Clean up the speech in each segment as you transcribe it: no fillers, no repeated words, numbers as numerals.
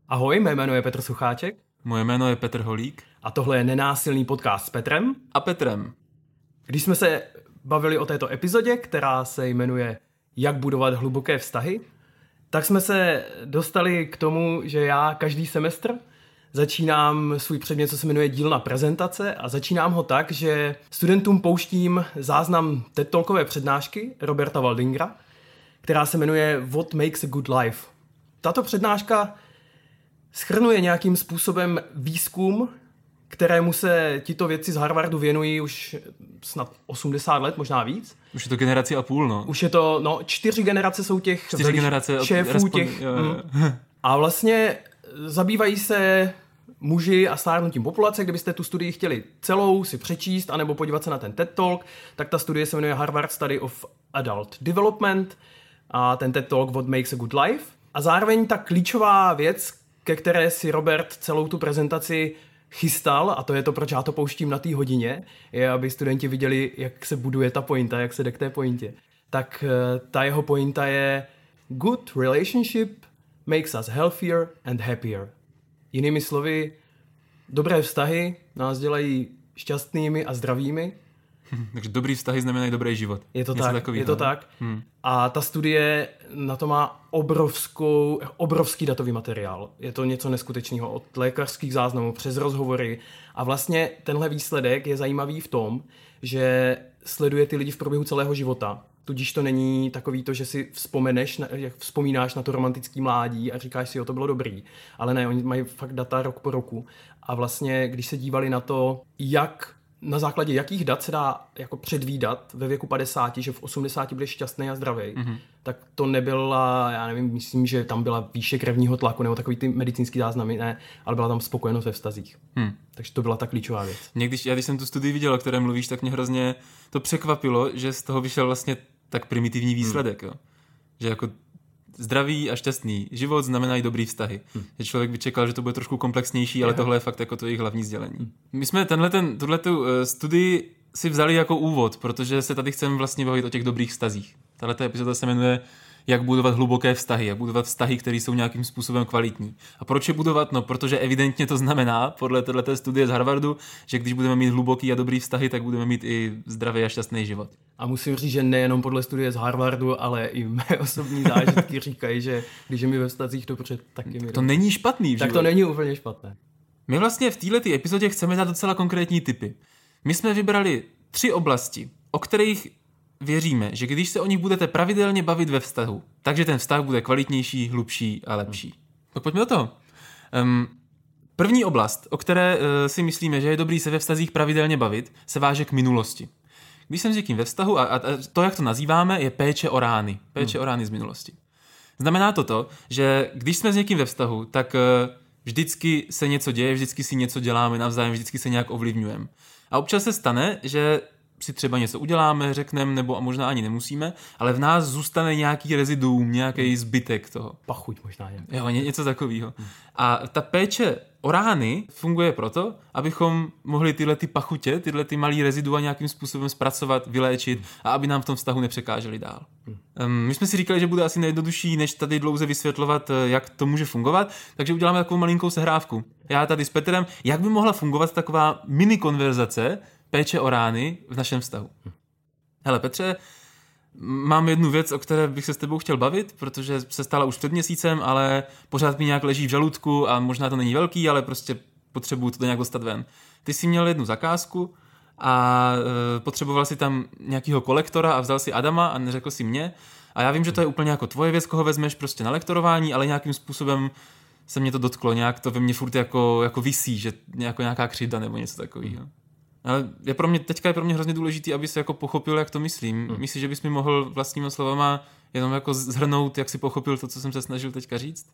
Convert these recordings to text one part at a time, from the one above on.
Ahoj, mé jméno je Petr Sucháček. Moje jméno je Petr Holík. A tohle je nenásilný podcast s Petrem. A Petrem. Když jsme se bavili o této epizodě, která se jmenuje Jak budovat hluboké vztahy, tak jsme se dostali k tomu, že já každý semestr začínám svůj předmět, co se jmenuje dílna prezentace, a začínám ho tak, že studentům pouštím záznam TED Talkové přednášky Roberta Waldingera, která se jmenuje What Makes a Good Life. Tato přednáška shrnuje nějakým způsobem výzkum, kterému se tito vědci z Harvardu věnují už snad 80 let, možná víc. Už je to generaci a půl, no. Už je to, 4 generace jsou těch šéfů těch. A vlastně zabývají se muži a stárnutím populace. Kdybyste tu studii chtěli celou si přečíst, anebo podívat se na ten TED Talk, tak ta studie se jmenuje Harvard Study of Adult Development a ten TED Talk What Makes a Good Life. A zároveň ta klíčová věc, ke které si Robert celou tu prezentaci chystal, a to je to, proč já to pouštím na té hodině, je, aby studenti viděli, jak se buduje ta pointa, jak se jde k té pointě. Tak ta jeho pointa je good relationship makes us healthier and happier. Jinými slovy, dobré vztahy nás dělají šťastnými a zdravými. Takže dobrý vztahy znamenají dobrý život. Je to tak, je to tak. A ta studie na to má obrovský datový materiál. Je to něco neskutečného, od lékařských záznamů přes rozhovory. A vlastně tenhle výsledek je zajímavý v tom, že sleduje ty lidi v průběhu celého života. Tudíž to není takový to, že si vzpomínáš na to romantický mládí a říkáš si, jo, to bylo dobrý. Ale ne, oni mají fakt data rok po roku. A vlastně, když se dívali na to, na základě jakých dat se dá jako předvídat ve věku 50, že v 80 budeš šťastný a zdravý, tak to nebyla, já nevím, myslím, že tam byla výše krevního tlaku nebo takový ty medicínský záznamy, ne, ale byla tam spokojenost ve vztazích. Takže to byla ta klíčová věc. Když jsem tu studii viděl, o které mluvíš, tak mě hrozně to překvapilo, že z toho vyšel vlastně tak primitivní výsledek. Jo. Že jako zdravý a šťastný život znamenají dobrý vztahy. Že člověk by čekal, že to bude trošku komplexnější, ale tohle je fakt jako to jejich hlavní sdělení. My jsme tuhletu studii si vzali jako úvod, protože se tady chceme vlastně bavit o těch dobrých vztazích. Tahleta epizoda se jmenuje Jak budovat hluboké vztahy, jak budovat vztahy, které jsou nějakým způsobem kvalitní. A proč je budovat? No, protože evidentně to znamená, podle této studie z Harvardu, že když budeme mít hluboký a dobrý vztahy, tak budeme mít i zdravý a šťastný život. A musím říct, že nejenom podle studie z Harvardu, ale i mé osobní zážitky říkají, že když je mi ve vztazích dobře, tak je mi to není špatný. Tak to není úplně špatné. My vlastně v této epizodě chceme dát docela konkrétní tipy. My jsme vybrali 3 oblasti, o kterých věříme, že když se o nich budete pravidelně bavit ve vztahu, takže ten vztah bude kvalitnější, hlubší a lepší. Tak pojďme do toho. První oblast, o které si myslíme, že je dobrý se ve vztazích pravidelně bavit, se váže k minulosti. Když jsem s někým ve vztahu, a to, jak to nazýváme, je péče o rány. Péče o rány z minulosti. Znamená to, že když jsme s někým ve vztahu, tak vždycky se něco děje, vždycky si něco děláme navzájem, vždycky se nějak ovlivňujeme. A občas se stane, že si třeba něco uděláme, řekneme, nebo a možná ani nemusíme, ale v nás zůstane nějaký reziduum, nějaký zbytek toho. Pachuť možná je. Jo, něco takového. A ta péče o rány funguje proto, abychom mohli tyhle ty pachutě, tyhle ty malý rezidua nějakým způsobem zpracovat, vyléčit a aby nám v tom vztahu nepřekáželi dál. My jsme si říkali, že bude asi nejjednodušší, než tady dlouze vysvětlovat, jak to může fungovat, takže uděláme takovou malinkou sehrávku. Já tady s Petrem, jak by mohla fungovat taková mini konverzace péče o rány v našem vztahu. Hele Petře, mám jednu věc, o které bych se s tebou chtěl bavit, protože se stala už před měsícem, ale pořád mi nějak leží v žaludku a možná to není velký, ale prostě potřebuju to nějak dostat ven. Ty jsi měl jednu zakázku a potřeboval si tam nějakého kolektora a vzal si Adama a neřekl si mě. A já vím, že to je úplně jako tvoje věc, koho vezmeš prostě na lektorování, ale nějakým způsobem se mě to dotklo, nějak to ve mně furt jako visí, že nějaká křivda nebo něco takového. Ale teďka je pro mě hrozně důležitý, aby se jako pochopil, jak to myslím. Myslíš, že bys mi mohl vlastníma slovama jenom jako zhrnout, jak si pochopil to, co jsem se snažil teďka říct?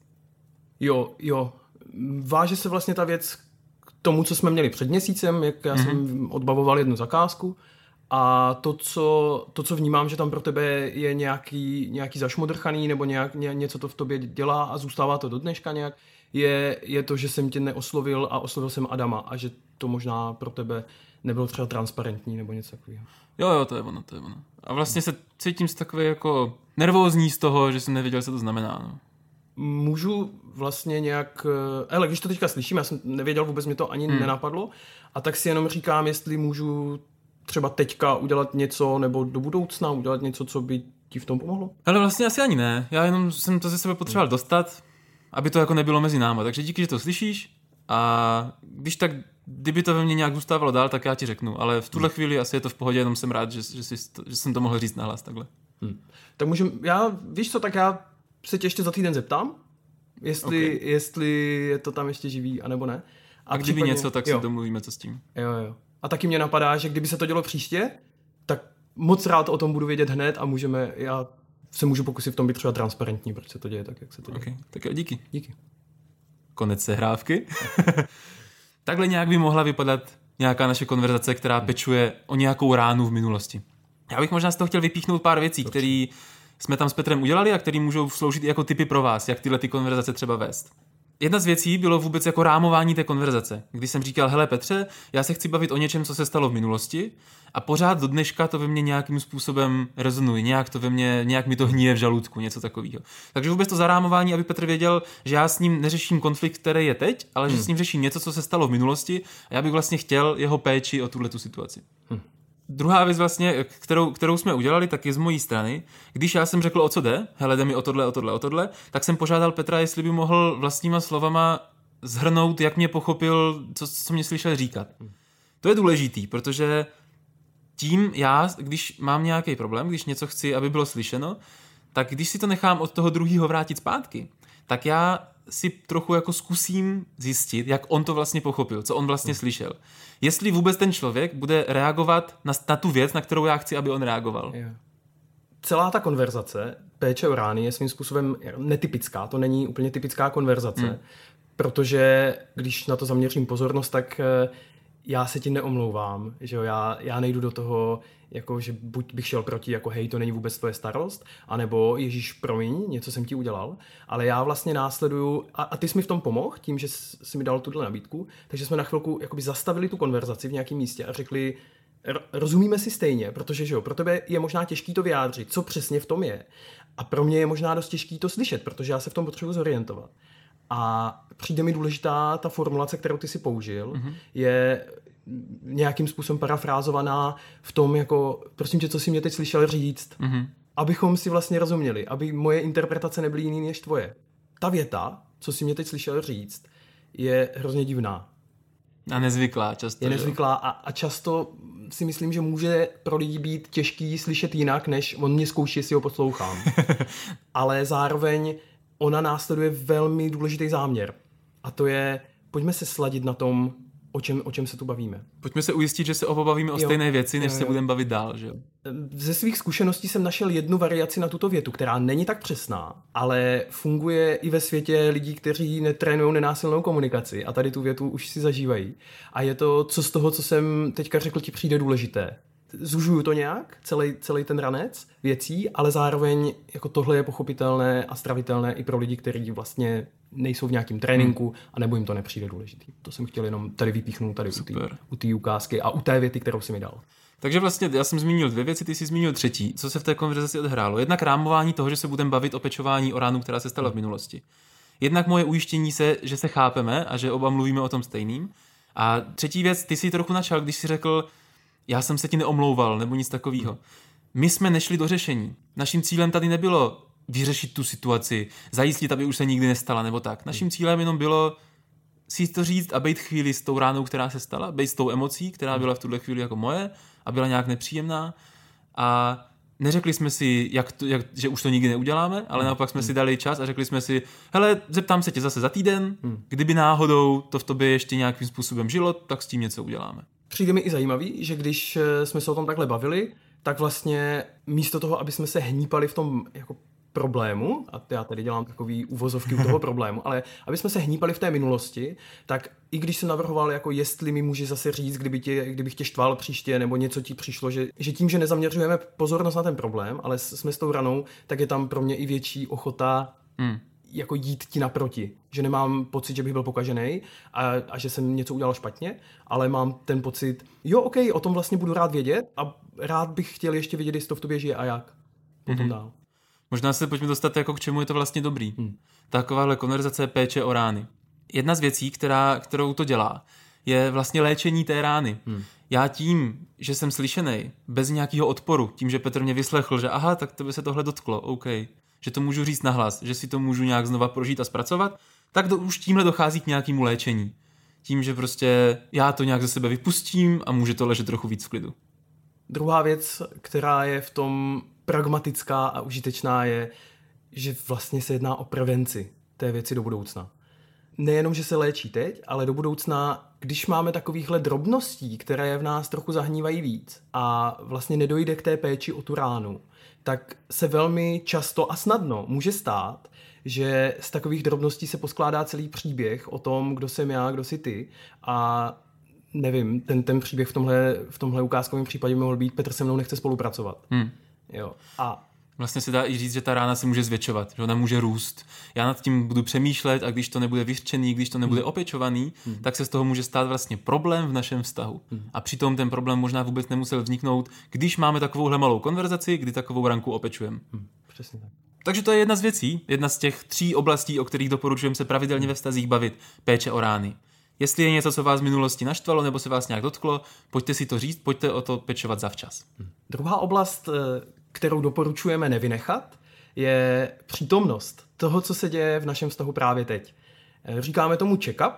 Jo. Váže se vlastně ta věc k tomu, co jsme měli před měsícem, jak já jsem odbavoval jednu zakázku, a to, co vnímám, že tam pro tebe je nějaký zašmodrchaný nebo něco to v tobě dělá a zůstává to do dneška nějak, je to, že jsem tě neoslovil a oslovil jsem Adama a že to možná pro tebe nebylo třeba transparentní nebo něco takového. Jo, to je ono. A vlastně se cítím takový jako nervózní z toho, že jsem nevěděl, co to znamená. No. můžu vlastně nějak... když to teďka slyším, já jsem nevěděl, vůbec mi to ani nenapadlo, a tak si jenom říkám, jestli můžu třeba teďka udělat něco, nebo do budoucna udělat něco, co by ti v tom pomohlo? Ale vlastně asi ani ne. Já jenom jsem to ze sebe potřeboval dostat, aby to jako nebylo mezi náma. Takže díky, že to slyšíš, a když tak, kdyby to ve mně nějak zůstávalo dál, tak já ti řeknu. Ale v tuhle chvíli asi je to v pohodě, jenom jsem rád, že jsem to mohl říct nahlas takhle. Tak víš co, tak já se tě ještě za týden zeptám, jestli je to tam ještě živý, anebo ne. A kdyby případně, něco, tak si domluvíme, co s tím. Jo. A taky mě napadá, že kdyby se to dělo příště, tak moc rád o tom budu vědět hned a já se můžu pokusit v tom být třeba transparentní, proč se to děje tak, jak se to děje. Okay. Tak jo, díky. Konec sehrávky. Takhle nějak by mohla vypadat nějaká naše konverzace, která pečuje o nějakou ránu v minulosti. Já bych možná z toho chtěl vypíchnout pár věcí, které jsme tam s Petrem udělali a které můžou sloužit jako tipy pro vás, jak tyhle ty konverzace třeba vést. Jedna z věcí bylo vůbec jako rámování té konverzace. Když jsem říkal, hele Petře, já se chci bavit o něčem, co se stalo v minulosti, a pořád do dneška to ve mně nějakým způsobem rezonuje, nějak mi to hníje v žaludku, něco takového. Takže vůbec to zarámování, aby Petr věděl, že já s ním neřeším konflikt, který je teď, ale že s ním řeším něco, co se stalo v minulosti, a já bych vlastně chtěl jeho péči o tuhletu situaci. Druhá věc vlastně, kterou jsme udělali, tak je z mojí strany. Když já jsem řekl, o co jde, hele, jde mi o tohle, tak jsem požádal Petra, jestli by mohl vlastníma slovama shrnout, jak mě pochopil, co mě slyšel říkat. To je důležitý, protože tím já, když mám nějaký problém, když něco chci, aby bylo slyšeno, tak když si to nechám od toho druhého vrátit zpátky, tak já si trochu jako zkusím zjistit, jak on to vlastně pochopil, co on vlastně slyšel. Jestli vůbec ten člověk bude reagovat na tu věc, na kterou já chci, aby on reagoval. Celá ta konverzace péče o rány je svým způsobem netypická. To není úplně typická konverzace, protože když na to zaměřím pozornost, tak já se ti neomlouvám, že jo? Já nejdu do toho, jako že buď bych šel proti, jako hej, to není vůbec tvoje starost, anebo Ježíš, promiň, něco jsem ti udělal, ale já vlastně následuju, a ty jsi mi v tom pomohl, tím, že jsi mi dal tuhle nabídku, takže jsme na chvilku jakoby zastavili tu konverzaci v nějakém místě a řekli, rozumíme si stejně, protože že jo, pro tebe je možná těžký to vyjádřit, co přesně v tom je, a pro mě je možná dost těžký to slyšet, protože já se v tom potřebuji zorientovat. A přijde mi důležitá ta formulace, kterou ty si použil, je nějakým způsobem parafrázovaná v tom, jako, prosím tě, co jsi mě teď slyšel říct, abychom si vlastně rozuměli, aby moje interpretace nebyly jiný než tvoje. Ta věta, co jsi mě teď slyšel říct, je hrozně divná. A nezvyklá často. Je nezvyklá a často si myslím, že může pro lidi být těžký slyšet jinak, než on mě zkouší, jestli ho poslouchám. Ale zároveň ona následuje velmi důležitý záměr. A to je, pojďme se sladit na tom, o čem se tu bavíme. Pojďme se ujistit, že se oba bavíme o stejné věci, než se budeme bavit dál, že jo? Ze svých zkušeností jsem našel jednu variaci na tuto větu, která není tak přesná, ale funguje i ve světě lidí, kteří netrénují nenásilnou komunikaci a tady tu větu už si zažívají. A je to, co z toho, co jsem teďka řekl, ti přijde důležité. Zužuju to nějak, celý ten ranec věcí, ale zároveň jako tohle je pochopitelné a stravitelné i pro lidi, kteří vlastně nejsou v nějakém tréninku a nebo jim to nepřijde důležitý. To jsem chtěl jenom tady vypíchnout tady u té ukázky a u té věty, kterou si mi dal. Takže vlastně já jsem zmínil 2 věci, ty jsi zmínil 3. Co se v té konverzaci odehrálo? Jednak rámování toho, že se budeme bavit o pečování o ránu, která se stala v minulosti. Jednak moje ujištění se, že se chápeme a že oba mluvíme o tom stejným. A 3. věc, ty jsi trochu načal, když jsi řekl, já jsem se ti neomlouval, nebo nic takového. My jsme nešli do řešení. Naším cílem tady nebylo vyřešit tu situaci, zajistit, aby už se nikdy nestala, nebo tak. Naším cílem jenom bylo si to říct a být chvíli s tou ránou, která se stala, být s tou emocí, která byla v tuhle chvíli jako moje a byla nějak nepříjemná. A neřekli jsme si, že už to nikdy neuděláme, ale naopak jsme si dali čas a řekli jsme si, hele, zeptám se tě zase za týden, kdyby náhodou to v tobě ještě nějakým způsobem žilo, tak s tím něco uděláme. Přijde mi i zajímavý, že když jsme se o tom takhle bavili, tak vlastně místo toho, aby jsme se hnípali v tom jako problému, a já tady dělám takový uvozovky u toho problému, ale aby jsme se hnípali v té minulosti, tak i když jsem navrhoval, jako jestli mi může zase říct, kdybych tě štval příště, nebo něco ti přišlo, že tím, že nezaměřujeme pozornost na ten problém, ale jsme s tou ranou, tak je tam pro mě i větší ochota jako jít ti naproti. Že nemám pocit, že bych byl pokažený a že jsem něco udělal špatně, ale mám ten pocit, OK, o tom vlastně budu rád vědět a rád bych chtěl ještě vědět, jestli to v tobě žije a jak. Potom dál. Možná se pojďme dostat, jako k čemu je to vlastně dobrý. Takováhle konverzace, péče o rány. Jedna z věcí, kterou to dělá, je vlastně léčení té rány. Já tím, že jsem slyšenej, bez nějakého odporu, tím, že Petr mě vyslechl, že aha, tak tebe se tohle dotklo, OK, že to můžu říct nahlas, že si to můžu nějak znova prožít a zpracovat, tak už tímhle dochází k nějakému léčení. Tím, že prostě já to nějak ze sebe vypustím a může to ležet trochu víc v klidu. Druhá věc, která je v tom pragmatická a užitečná, je, že vlastně se jedná o prevenci té věci do budoucna. Nejenom, že se léčí teď, ale do budoucna, když máme takovýchhle drobností, které v nás trochu zahnívají víc a vlastně nedojde k té péči o tu ránu, tak se velmi často a snadno může stát, že z takových drobností se poskládá celý příběh o tom, kdo jsem já, kdo jsi ty. A nevím, ten příběh v tomhle ukázkovém případě by mohl být Petr se mnou nechce spolupracovat. Jo. A vlastně se dá i říct, že ta rána se může zvětšovat, že ona může růst. Já nad tím budu přemýšlet a když to nebude vyřčený, když to nebude opečovaný, tak se z toho může stát vlastně problém v našem vztahu. A přitom ten problém možná vůbec nemusel vzniknout, když máme takovouhle malou konverzaci, kdy takovou ranku opečujeme. Přesně tak. Takže to je jedna z věcí, jedna z těch 3 oblastí, o kterých doporučujeme se pravidelně ve vztazích bavit, péče o rány. Jestli je něco, co vás v minulosti naštvalo nebo se vás nějak dotklo, pojďte si to říct, pojďte o to pečovat zavčas. Druhá oblast, kterou doporučujeme nevynechat, je přítomnost toho, co se děje v našem vztahu právě teď. Říkáme tomu check-up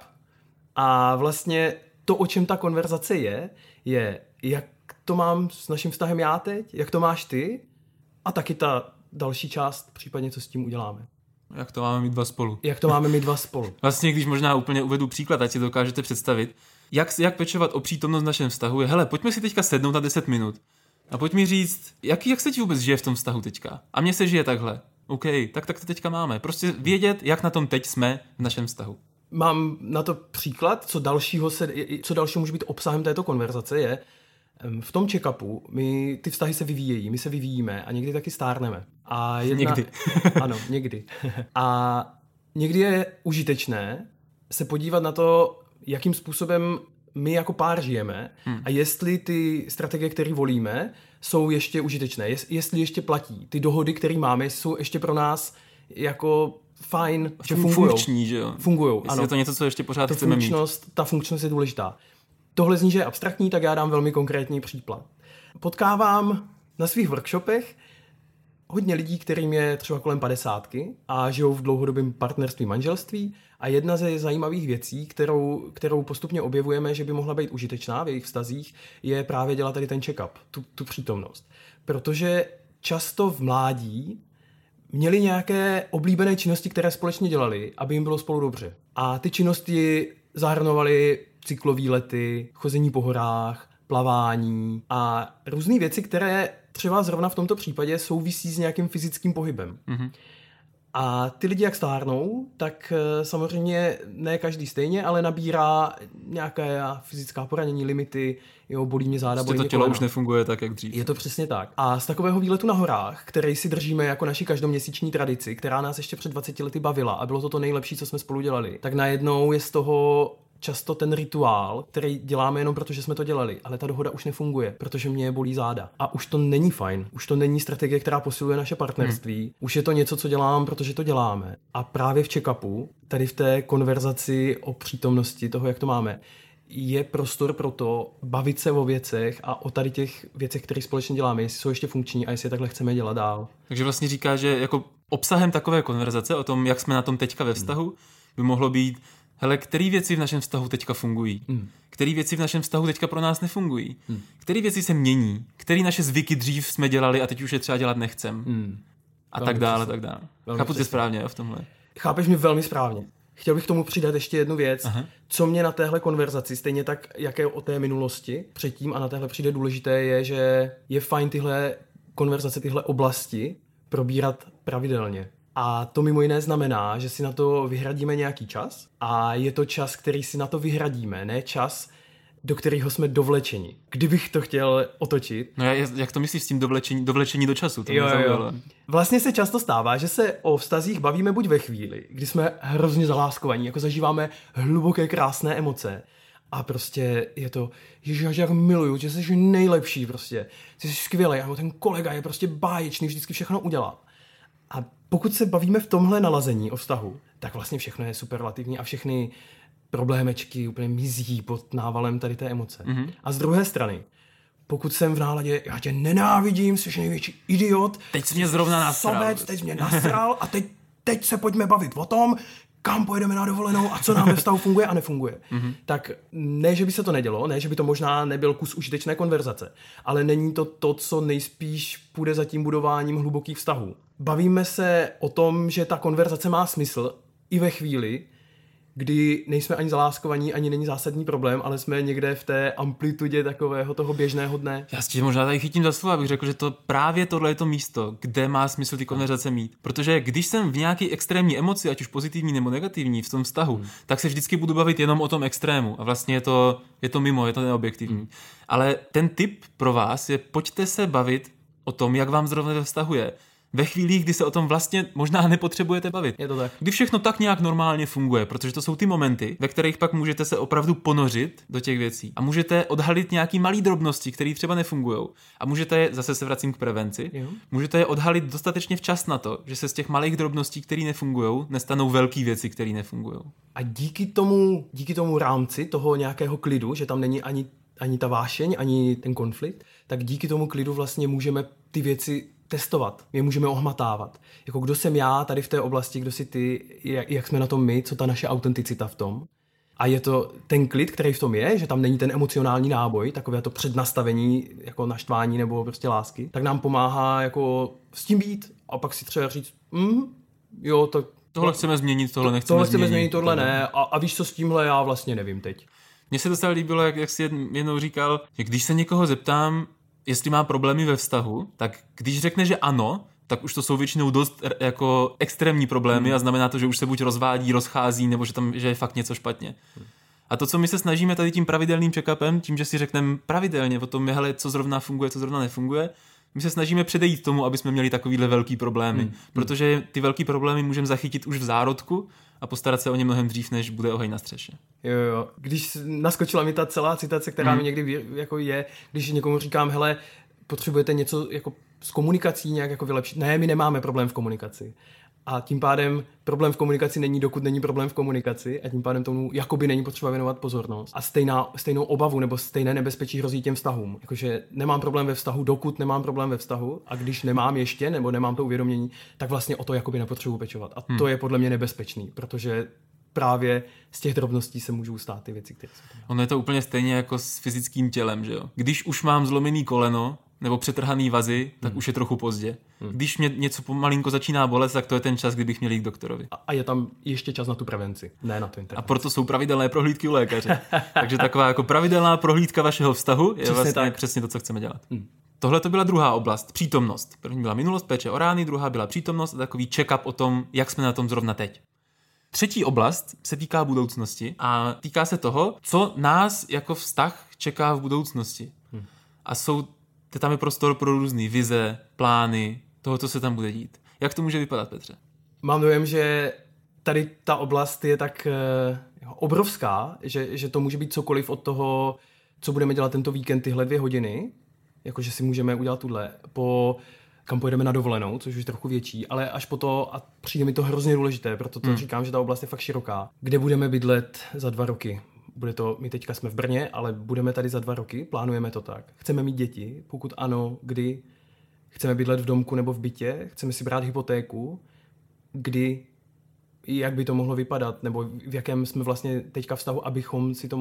a vlastně to, o čem ta konverzace je, jak to mám s naším vztahem já teď, jak to máš ty a taky ta další část, případně co s tím uděláme. Jak to máme mít dva spolu. Vlastně, když možná úplně uvedu příklad, ať si to dokážete představit, jak pečovat o přítomnost v našem vztahu je, hele, pojďme si teďka sednout na 10 minut a pojď mi říct, jak se ti vůbec žije v tom vztahu teďka. A mně se žije takhle. OK, tak to teďka máme. Prostě vědět, jak na tom teď jsme v našem vztahu. Mám na to příklad, co dalšího může být obsahem této konverzace je, v tom check-upu ty vztahy se vyvíjejí, my se vyvíjíme a někdy taky stárneme. Někdy. Ano, někdy. A někdy je užitečné se podívat na to, jakým způsobem my jako pár žijeme a jestli ty strategie, které volíme, jsou ještě užitečné, jestli ještě platí. Ty dohody, které máme, jsou ještě pro nás jako fajn, že fungujou. Funkční, že jo? Fungujou, ano. Je to něco, co ještě pořád chceme mít. Ta funkčnost je důležitá. Tohle zní, že je abstraktní, tak já dám velmi konkrétní příklad. Potkávám na svých workshopech hodně lidí, kterým je třeba kolem 50 a žijou v dlouhodobém partnerství manželství a jedna ze zajímavých věcí, kterou postupně objevujeme, že by mohla být užitečná v jejich vztazích, je právě dělat tady ten check-up, tu přítomnost. Protože často v mládí měli nějaké oblíbené činnosti, které společně dělali, aby jim bylo spolu dobře. A ty činnosti zahrnovaly cyklové lety, chození po horách, plavání a různé věci, které třeba zrovna v tomto případě souvisí s nějakým fyzickým pohybem. A ty lidi, jak stárnou, tak samozřejmě ne každý stejně, ale nabírá nějaké fyzická poranění, limity, bolí mě záda, bolí mě to tělo už nefunguje tak, jak dřív. Je to přesně tak. A z takového výletu na horách, který si držíme jako naši každoměsíční tradici, která nás ještě před 20 lety bavila a bylo to nejlepší, co jsme spolu dělali, tak najednou je z toho často ten rituál, který děláme jenom proto, že jsme to dělali, ale ta dohoda už nefunguje, protože mě bolí záda. A už to není fajn. Už to není strategie, která posiluje naše partnerství. Už je to něco, co dělám, protože to děláme. A právě v check-upu, tady v té konverzaci o přítomnosti toho, jak to máme, je prostor pro to bavit se o věcech a o tady těch věcech, které společně děláme, jestli jsou ještě funkční a jestli je takhle chceme dělat dál. Takže vlastně říká, že jako obsahem takové konverzace o tom, jak jsme na tom teďka ve vztahu, by mohlo být, hele, který věci v našem vztahu teďka fungují? Který věci v našem vztahu teďka pro nás nefungují? Který věci se mění? Který naše zvyky dřív jsme dělali a teď už je třeba dělat nechcem? A tak dále, tak dále. Chápu tě správně, jo, v tomhle. Chápeš mě velmi správně. Chtěl bych k tomu přidat ještě jednu věc, co mě na téhle konverzaci, stejně tak, jaké o té minulosti předtím a na téhle přijde důležité, je, že je fajn tyhle konverzace, tyhle oblasti probírat pravidelně. A to mimo jiné znamená, že si na to vyhradíme nějaký čas a je to čas, který si na to vyhradíme, ne čas, do kterého jsme dovlečeni. Kdybych to chtěl otočit. No jak to myslíš s tím dovlečení do času? To jo. Vlastně se často stává, že se o vztazích bavíme buď ve chvíli, kdy jsme hrozně zaláskovaní, jako zažíváme hluboké, krásné emoce. A prostě je to, že jak miluju, že jsi nejlepší prostě. Jsi skvělej, a ten kolega je prostě báječný, vždycky všechno udělá. A pokud se bavíme v tomhle nalazení o vztahu, tak vlastně všechno je superlativní a všechny problémečky úplně mizí pod návalem tady té emoce. Mm-hmm. A z druhé strany, pokud jsem v náladě, já tě nenávidím, jsi největší idiot. Teď jsi mě zrovna nasral. Sobec, teď jsi mě nasral a teď se pojďme bavit o tom, kam pojedeme na dovolenou a co nám ve vztahu funguje a nefunguje. Mm-hmm. Tak ne, že by se to nedělo, ne, že by to možná nebyl kus užitečné konverzace, ale není to, co nejspíš půjde za tím budováním hlubokých vztahů. Bavíme se o tom, že ta konverzace má smysl i ve chvíli, kdy nejsme ani zaláskovaní, ani není zásadní problém, ale jsme někde v té amplitudě takového toho běžného dne. Já si možná tady chytím za slovo, abych řekl, že to právě tohle je to místo, kde má smysl ty konverzace mít. Protože když jsem v nějaké extrémní emoci, ať už pozitivní nebo negativní v tom vztahu, tak se vždycky budu bavit jenom o tom extrému a vlastně je to mimo, je to neobjektivní. Ale ten tip pro vás je, pojďte se bavit o tom, jak vám zrovna ve vztahu je. Ve chvílích, kdy se o tom vlastně možná nepotřebujete bavit. Je to tak. Kdy všechno tak nějak normálně funguje, protože to jsou ty momenty, ve kterých pak můžete se opravdu ponořit do těch věcí a můžete odhalit nějaký malý drobnosti, které třeba nefungují. A můžete je, zase se vracím k prevenci, můžete je odhalit dostatečně včas na to, že se z těch malých drobností, které nefungují, nestanou velké věci, které nefungují. A díky tomu rámci toho nějakého klidu, že tam není ani ta vášeň, ani ten konflikt, tak díky tomu klidu vlastně můžeme ty věci testovat, je můžeme ohmatávat. Jako kdo jsem já tady v té oblasti, kdo jsi ty, jak jsme na tom my, co ta naše autenticita v tom. A je to ten klid, který v tom je, že tam není ten emocionální náboj, takové to přednastavení jako naštvání nebo prostě lásky, tak nám pomáhá jako s tím být a pak si třeba říct, jo, tak tohle chceme změnit, tohle nechceme tohle chceme změnit, tohle ne a víš co s tímhle, já vlastně nevím teď. Mně se docela líbilo, jak jsi jednou říkal, že když se někoho zeptám, jestli má problémy ve vztahu, tak když řekne, že ano, tak už to jsou většinou dost jako extrémní problémy a znamená to, že už se buď rozvádí, rozchází, nebo že je fakt něco špatně. A to, co my se snažíme tady tím pravidelným check-upem, tím, že si řekneme pravidelně o tom, hele, co zrovna funguje, co zrovna nefunguje, my se snažíme předejít tomu, aby jsme měli takovýhle velký problémy, protože ty velký problémy můžeme zachytit už v zárodku a postarat se o ně mnohem dřív, než bude oheň na střeše. Jo. Když naskočila mi ta celá citace, která mi někdy jako je, když někomu říkám, hele, potřebujete něco jako s komunikací nějak jako vylepšit. Ne, my nemáme problém v komunikaci. A tím pádem problém v komunikaci není, dokud není problém v komunikaci a tím pádem tomu jakoby není potřeba věnovat pozornost. A stejnou obavu nebo stejné nebezpečí hrozí těm vztahům. Jakože nemám problém ve vztahu, dokud nemám problém ve vztahu a když nemám ještě nebo nemám to uvědomění, tak vlastně o to jakoby nepotřebuji pečovat. A to je podle mě nebezpečný, protože právě z těch drobností se můžou stát ty věci, které jsou. Ono je to úplně stejně jako s fyzickým tělem, že jo? Když už mám zlomený koleno nebo přetrhaný vazy, tak už je trochu pozdě. Když mě něco pomalinko začíná bolet, tak to je ten čas, kdybych měl jít k doktorovi. A je tam ještě čas na tu prevenci, ne na tu intervenci. A proto jsou pravidelné prohlídky u lékaře. Takže taková jako pravidelná prohlídka vašeho vztahu je vlastně přesně to, co chceme dělat. Tohle to byla druhá oblast, přítomnost. První byla minulost, péče o rány, druhá byla přítomnost a takový check-up o tom, jak jsme na tom zrovna teď. Třetí oblast se týká budoucnosti a týká se toho, co nás jako vztah čeká v budoucnosti. A tam je prostor pro různé vize, plány, toho, co se tam bude dít. Jak to může vypadat, Petře? Mám dojem, že tady ta oblast je tak obrovská, že to může být cokoliv od toho, co budeme dělat tento víkend tyhle 2 hodiny, jakože si můžeme udělat tuhle, kam pojedeme na dovolenou, což už je trochu větší, ale až po to, a přijde mi to hrozně důležité, proto to říkám, že ta oblast je fakt široká. Kde budeme bydlet za 2 roky? My teďka jsme v Brně, ale budeme tady za 2 roky, plánujeme to tak. Chceme mít děti, pokud ano, kdy? Chceme bydlet v domku nebo v bytě? Chceme si brát hypotéku? Kdy? Jak by to mohlo vypadat? Nebo v jakém jsme vlastně teďka vztahu, abychom si to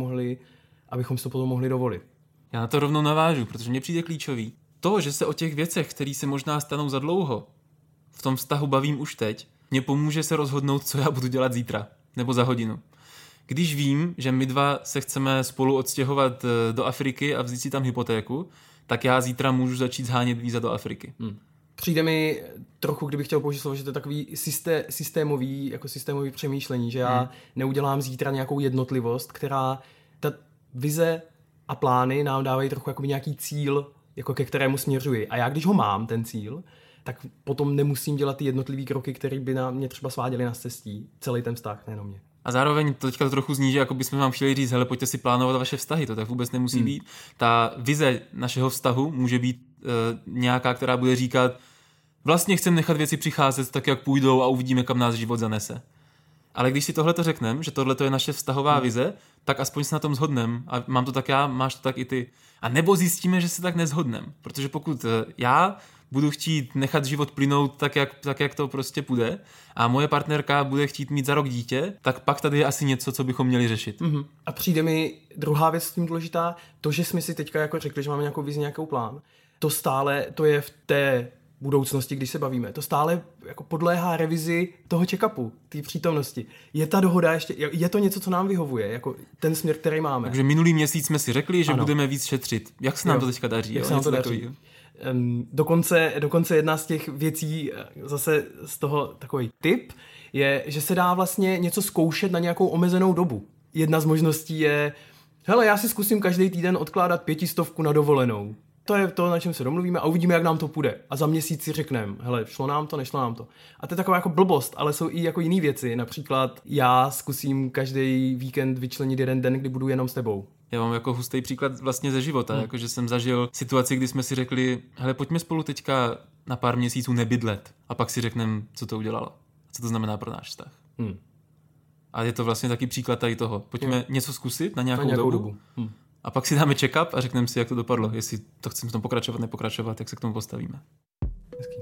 potom mohli dovolit? Já na to rovnou navážu, protože mně přijde klíčový. To, že se o těch věcech, které se možná stanou za dlouho, v tom vztahu bavím už teď, mě pomůže se rozhodnout, co já budu dělat zítra nebo za hodinu. Když vím, že my 2 se chceme spolu odstěhovat do Afriky a vzít si tam hypotéku, tak já zítra můžu začít zhánět víza do Afriky. Přijde mi trochu, kdybych chtěl použít slovo, že to je takový systémový přemýšlení, že já neudělám zítra nějakou jednotlivost, která ta vize a plány nám dávají trochu jako nějaký cíl, jako ke kterému směřuji. A já, když ho mám, ten cíl, tak potom nemusím dělat ty jednotlivý kroky, které by mě třeba sváděly na cestí. Celý ten vztah, nejenom mě. A zároveň to teďka trochu zní, že jako bychom vám chtěli říct, hele, pojďte si plánovat vaše vztahy, to tak vůbec nemusí být. Ta vize našeho vztahu může být nějaká, která bude říkat, Vlastně chcem nechat věci přicházet tak, jak půjdou a uvidíme, kam nás život zanese. Ale když si tohleto řekneme, že tohleto je naše vztahová vize, tak aspoň se na tom shodneme. A mám to tak já, máš to tak i ty. A nebo zjistíme, že se tak neshodneme. Protože pokud já budu chtít nechat život plynout tak, jak to prostě půjde a moje partnerka bude chtít mít za rok dítě, tak pak tady je asi něco, co bychom měli řešit. Mm-hmm. A přijde mi druhá věc s tím důležitá, to, že jsme si teďka jako řekli, že máme nějakou vizi, nějakou plán, to stále, to je v té budoucnosti, když se bavíme, to stále jako podléhá revizi toho check-upu, té přítomnosti. Je ta dohoda ještě, je to něco, co nám vyhovuje, jako ten směr, který máme. Takže minulý měsíc jsme si řekli, že budeme víc šetřit. Jak se nám to teďka daří? Jak se nám to daří? Dokonce jedna z těch věcí, zase z toho takový tip, je, že se dá vlastně něco zkoušet na nějakou omezenou dobu. Jedna z možností je, hele, já si zkusím každý týden odkládat 500 na dovolenou. To je to, na čem se domluvíme a uvidíme, jak nám to půjde. A za měsíc si řekneme, hele, šlo nám to, nešlo nám to. A to je taková jako blbost, ale jsou i jako jiný věci. Například já zkusím každý víkend vyčlenit jeden den, kdy budu jenom s tebou. Já mám jako hustý příklad vlastně ze života, jakože jsem zažil situaci, kdy jsme si řekli, hele, pojďme spolu teďka na pár měsíců nebydlet. A pak si řekneme, co to udělalo. Co to znamená pro náš vztah. A je to vlastně taky příklad tady toho. Pojďme něco zkusit na nějakou dobu. A pak si dáme check-up a řekneme si, jak to dopadlo. Jestli to chceme v tom pokračovat, nepokračovat, jak se k tomu postavíme. Hezký.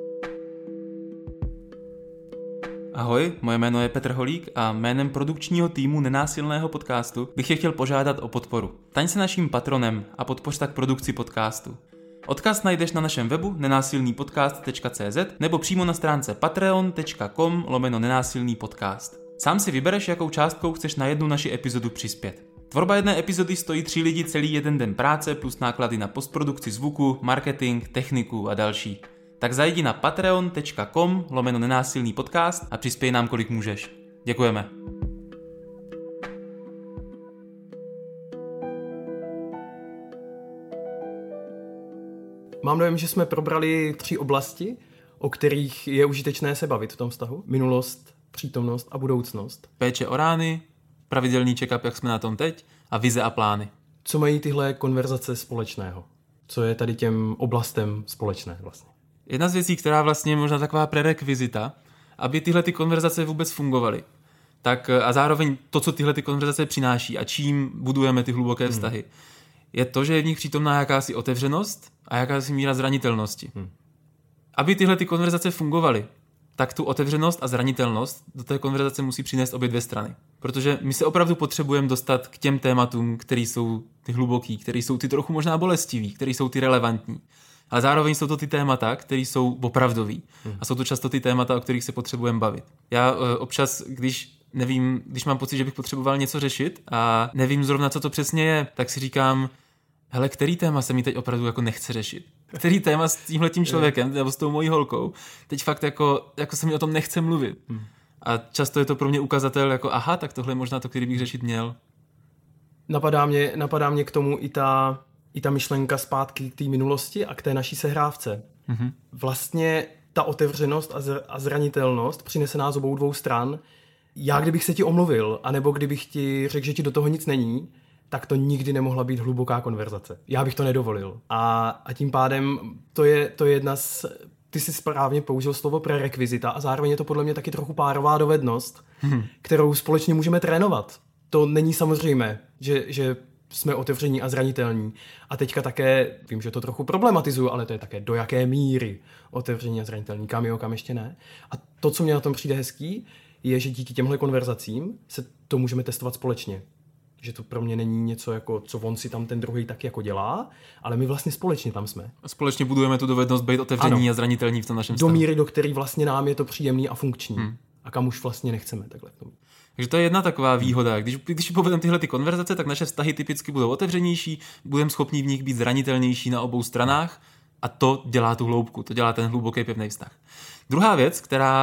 Ahoj, moje jméno je Petr Holík a jménem produkčního týmu Nenásilného podcastu bych je chtěl požádat o podporu. Staň se naším patronem a podpoř tak produkci podcastu. Odkaz najdeš na našem webu nenásilnýpodcast.cz nebo přímo na stránce patreon.com/nenásilnýpodcast. Sám si vybereš, jakou částkou chceš na jednu naši epizodu přispět. Tvorba jedné epizody stojí 3 lidi celý jeden den práce plus náklady na postprodukci zvuku, marketing, techniku a další. Tak zajdi na patreon.com/nenásilnýpodcast a přispěj nám, kolik můžeš. Děkujeme. Mám dojem, že jsme probrali 3 oblasti, o kterých je užitečné se bavit v tom vztahu. Minulost, přítomnost a budoucnost. Péče o rány, pravidelný check-up, jak jsme na tom teď, a vize a plány. Co mají tyhle konverzace společného? Co je tady těm oblastem společné vlastně? Jedna z věcí, která vlastně je možná taková prerekvizita, aby tyhle ty konverzace vůbec fungovaly. Tak a zároveň to, co tyhle ty konverzace přináší a čím budujeme ty hluboké vztahy, je to, že je v nich přítomná jakási otevřenost a jakási míra zranitelnosti. Aby tyhle ty konverzace fungovaly, tak tu otevřenost a zranitelnost do té konverzace musí přinést obě dvě strany. Protože my se opravdu potřebujeme dostat k těm tématům, které jsou ty hluboký, které jsou ty trochu možná bolestivý, které jsou ty relevantní. Ale zároveň jsou to ty témata, které jsou opravdový. A jsou to často ty témata, o kterých se potřebujeme bavit. Já občas, když mám pocit, že bych potřeboval něco řešit a nevím zrovna, co to přesně je, tak si říkám, hele, který téma se mi teď opravdu jako nechce řešit? Který téma s tímhletím člověkem nebo s tou mojí holkou teď fakt jako se mi o tom nechce mluvit. A často je to pro mě ukazatel jako aha, tak tohle je možná to, který bych řešit měl. Napadá mě k tomu i ta myšlenka zpátky k té minulosti a k té naší sehrávce. Vlastně ta otevřenost a zranitelnost přinese nás obou dvou stran. Já kdybych se ti omluvil, anebo kdybych ti řekl, že ti do toho nic není, tak to nikdy nemohla být hluboká konverzace. Já bych to nedovolil. A tím pádem to je jedna z... Ty jsi správně použil slovo prerekvizita a zároveň je to podle mě taky trochu párová dovednost, kterou společně můžeme trénovat. To není samozřejmé, že jsme otevření a zranitelní. A teďka také, vím, že to trochu problematizuju, ale to je také do jaké míry otevření a zranitelní, kam jo, kam ještě ne. A to, co mě na tom přijde hezký, je, že díky těmhle konverzacím se to můžeme testovat společně. Že to pro mě není něco, jako, co on si tam ten druhý tak jako dělá, ale my vlastně společně tam jsme. A společně budujeme tu dovednost být otevření a zranitelní v tom našem vztahu. Do míry, do který vlastně nám je to příjemný a funkční. A kam už vlastně nechceme takhle k tomu. Takže to je jedna taková výhoda. Když povedeme tyhle ty konverzace, tak naše vztahy typicky budou otevřenější, budeme schopni v nich být zranitelnější na obou stranách a to dělá tu hloubku, to dělá ten hluboký pevný vztah. Druhá věc,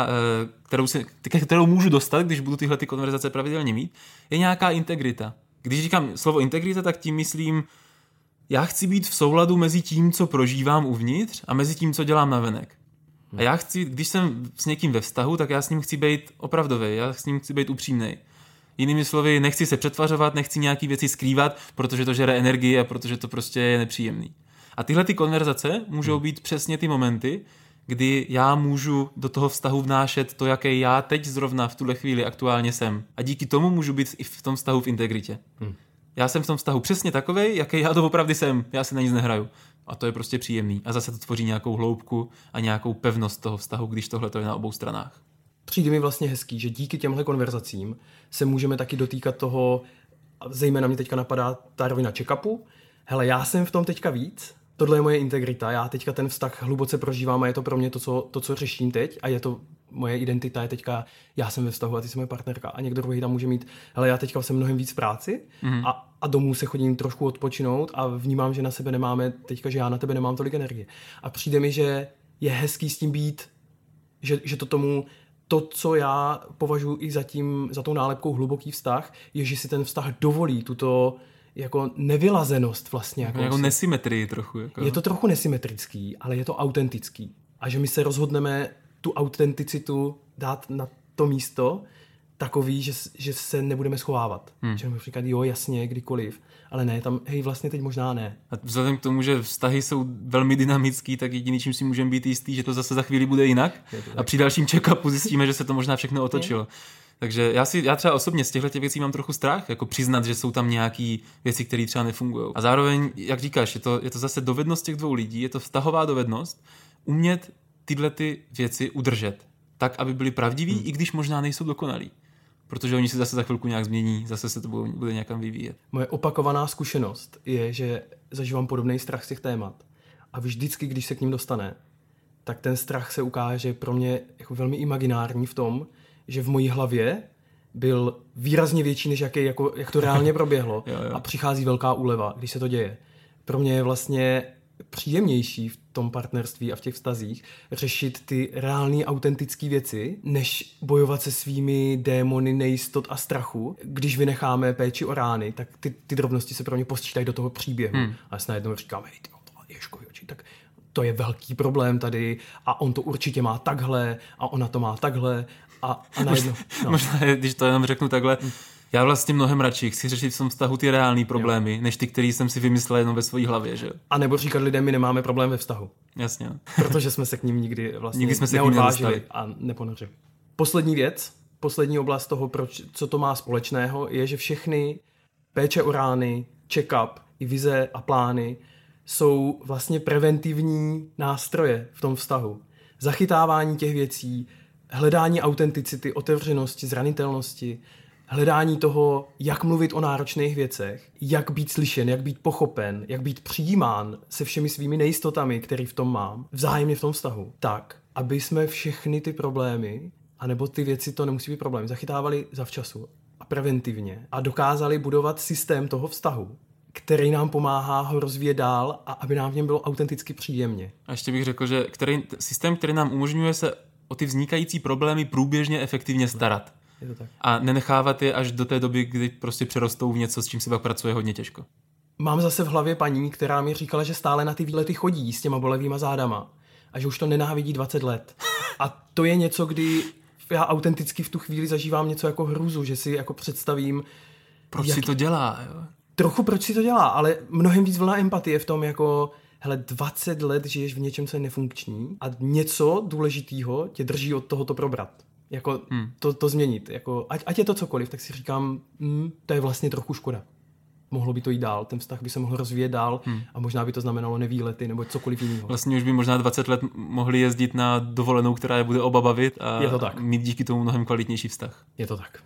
kterou můžu dostat, když budu tyhle ty konverzace pravidelně mít, je nějaká integrita. Když říkám slovo integrita, tak tím myslím, já chci být v souladu mezi tím, co prožívám uvnitř a mezi tím, co dělám navenek. A já chci, když jsem s někým ve vztahu, tak já s ním chci být opravdový, já s ním chci být upřímnej. Jinými slovy, nechci se přetvařovat, nechci nějaký věci skrývat, protože to žere energii a protože to prostě je nepříjemný. A tyhle ty konverzace můžou být přesně ty momenty, kdy já můžu do toho vztahu vnášet to, jaký já teď zrovna v tuhle chvíli aktuálně jsem. A díky tomu můžu být i v tom vztahu v integritě. Já jsem v tom vztahu přesně takovej, jaký já to opravdu jsem. Já si na nic nehraju. A to je prostě příjemný. A zase to tvoří nějakou hloubku a nějakou pevnost toho vztahu, když tohle to je na obou stranách. Přijde mi vlastně hezký, že díky těmhle konverzacím se můžeme taky dotýkat toho, zejména mě teďka napadá ta rovina check-upu. Hele, já jsem v tom teďka víc, tohle je moje integrita, já teďka ten vztah hluboce prožívám a je to pro mě to, co řeším teď a je to moje identita je teďka, já jsem ve vztahu a ty jsi moje partnerka a někdo druhý tam může mít, hele, já teďka jsem mnohem víc v práci a domů se chodím trošku odpočinout a vnímám, že na sebe nemáme teďka, že já na tebe nemám tolik energie. A přijde mi, že je hezký s tím být, že to, co já považuji i za tou nálepkou hluboký vztah, je, že si ten vztah dovolí tuto jako nevylazenost vlastně. Jako nesymetrii trochu. Jako. Je to trochu nesymetrický, ale je to autentický. A že my se rozhodneme tu autenticitu dát na to místo takový, že se nebudeme schovávat. Že můžeme říkat, jo, jasně, kdykoliv, ale ne, tam, hej, vlastně teď možná ne. A vzhledem k tomu, že vztahy jsou velmi dynamický, tak jediný, čím si můžeme být jistý, že to zase za chvíli bude jinak a při dalším check-upu zjistíme, že se to možná všechno otočilo. Takže já třeba osobně z těchto věcí mám trochu strach, jako přiznat, že jsou tam nějaký věci, které třeba nefungují. A zároveň, jak říkáš, je to zase dovednost těch dvou lidí, je to vztahová dovednost, umět tyhle ty věci udržet, tak, aby byly pravdiví, i když možná nejsou dokonalí. Protože oni se zase za chvilku nějak změní, zase se to bude někam vyvíjet. Moje opakovaná zkušenost je, že zažívám podobný strach z těch témat. A vždycky, když se k ním dostane, tak ten strach se ukáže pro mě jako velmi imaginární v tom, že v mojí hlavě byl výrazně větší, než jak to reálně proběhlo. jo. A přichází velká úleva, když se to děje. Pro mě je vlastně příjemnější v tom partnerství a v těch vztazích řešit ty reální, autentické věci, než bojovat se svými démony nejistot a strachu. Když vynecháme péči o rány, tak ty drobnosti se pro mě posčítají do toho příběhu. A já si najednou říkám, hej, Ježkovi oči, tak to je velký problém tady a on to určitě má takhle a ona to má takhle a najednou. Možná, když to jenom řeknu takhle, já vlastně mnohem radši chci řešit v tom vztahu ty reální problémy, než ty, který jsem si vymyslel jenom ve své hlavě, že? A nebo říkat lidem, my nemáme problém ve vztahu. Jasně. Protože jsme se k ním nikdy neodvážili a neponořili. Poslední oblast toho, co to má společného, je, že všechny péče o rány, check-up, i vize a plány jsou vlastně preventivní nástroje v tom vztahu. Zachytávání těch věcí, hledání autenticity, otevřenosti, zranitelnosti, hledání toho, jak mluvit o náročných věcech, jak být slyšen, jak být pochopen, jak být přijímán se všemi svými nejistotami, které v tom mám, vzájemně v tom vztahu. Tak, aby jsme všechny ty problémy, anebo ty věci, to nemusí být problém, zachytávali zavčasu a preventivně a dokázali budovat systém toho vztahu, který nám pomáhá ho rozvíjet dál a aby nám v něm bylo autenticky příjemně. A ještě bych řekl, že systém, který nám umožňuje se o ty vznikající problémy průběžně efektivně starat. Je to tak. A nenechávat je až do té doby, kdy prostě přerostou v něco, s čím se pak pracuje hodně těžko. Mám zase v hlavě paní, která mi říkala, že stále na ty výlety chodí s těma bolevýma zádama a že už to nenávidí 20 let. A to je něco, kdy já autenticky v tu chvíli zažívám něco jako hrůzu, že si jako představím... Proč si to dělá, jo? Trochu proč si to dělá, ale mnohem víc vlna empatie v tom jako... Hele, 20 let žiješ v něčem, co je nefunkční a něco důležitého tě drží od tohoto probrat. Jako to změnit. Jako, ať je to cokoliv, tak si říkám, to je vlastně trochu škoda. Mohlo by to jít dál, ten vztah by se mohl rozvíjet dál a možná by to znamenalo nevýlety nebo cokoliv jiného. Vlastně už by možná 20 let mohli jezdit na dovolenou, která je bude oba bavit a mít díky tomu mnohem kvalitnější vztah. Je to tak.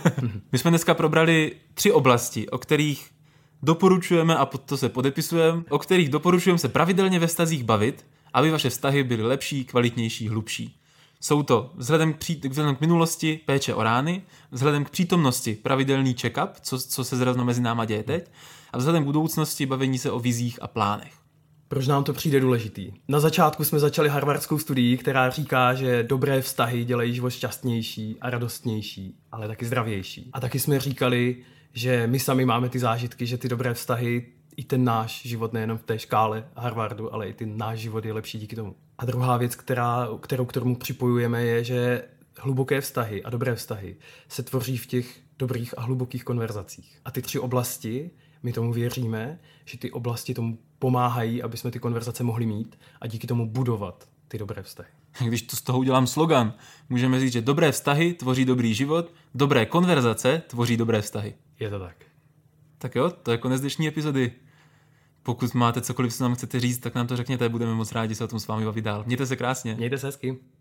My jsme dneska probrali 3 oblasti, o kterých doporučujeme, a pod to se podepisujeme, o kterých doporučujeme se pravidelně ve vztazích bavit, aby vaše vztahy byly lepší, kvalitnější, hlubší. Jsou to vzhledem k minulosti péče o rány, vzhledem k přítomnosti pravidelný check-up, co se zrovna mezi náma děje teď, a vzhledem k budoucnosti bavení se o vizích a plánech. Proč nám to přijde důležitý? Na začátku jsme začali harvardskou studii, která říká, že dobré vztahy dělají život šťastnější a radostnější, ale taky zdravější. A taky jsme říkali, že my sami máme ty zážitky, že ty dobré vztahy, i ten náš život nejenom v té škále Harvardu, ale i ten náš život je lepší díky tomu. A druhá věc, kterou k tomu připojujeme, je, že hluboké vztahy a dobré vztahy se tvoří v těch dobrých a hlubokých konverzacích. A ty 3 oblasti, my tomu věříme, že ty oblasti tomu pomáhají, aby jsme ty konverzace mohli mít a díky tomu budovat ty dobré vztahy. Když to z toho udělám slogan, můžeme říct, že dobré vztahy tvoří dobrý život, dobré konverzace tvoří dobré vztahy. Je to tak. Tak jo, to je konec dnešní epizody. Pokud máte cokoliv, co nám chcete říct, tak nám to řekněte, budeme moc rádi se o tom s vámi bavit dál. Mějte se krásně. Mějte se hezky.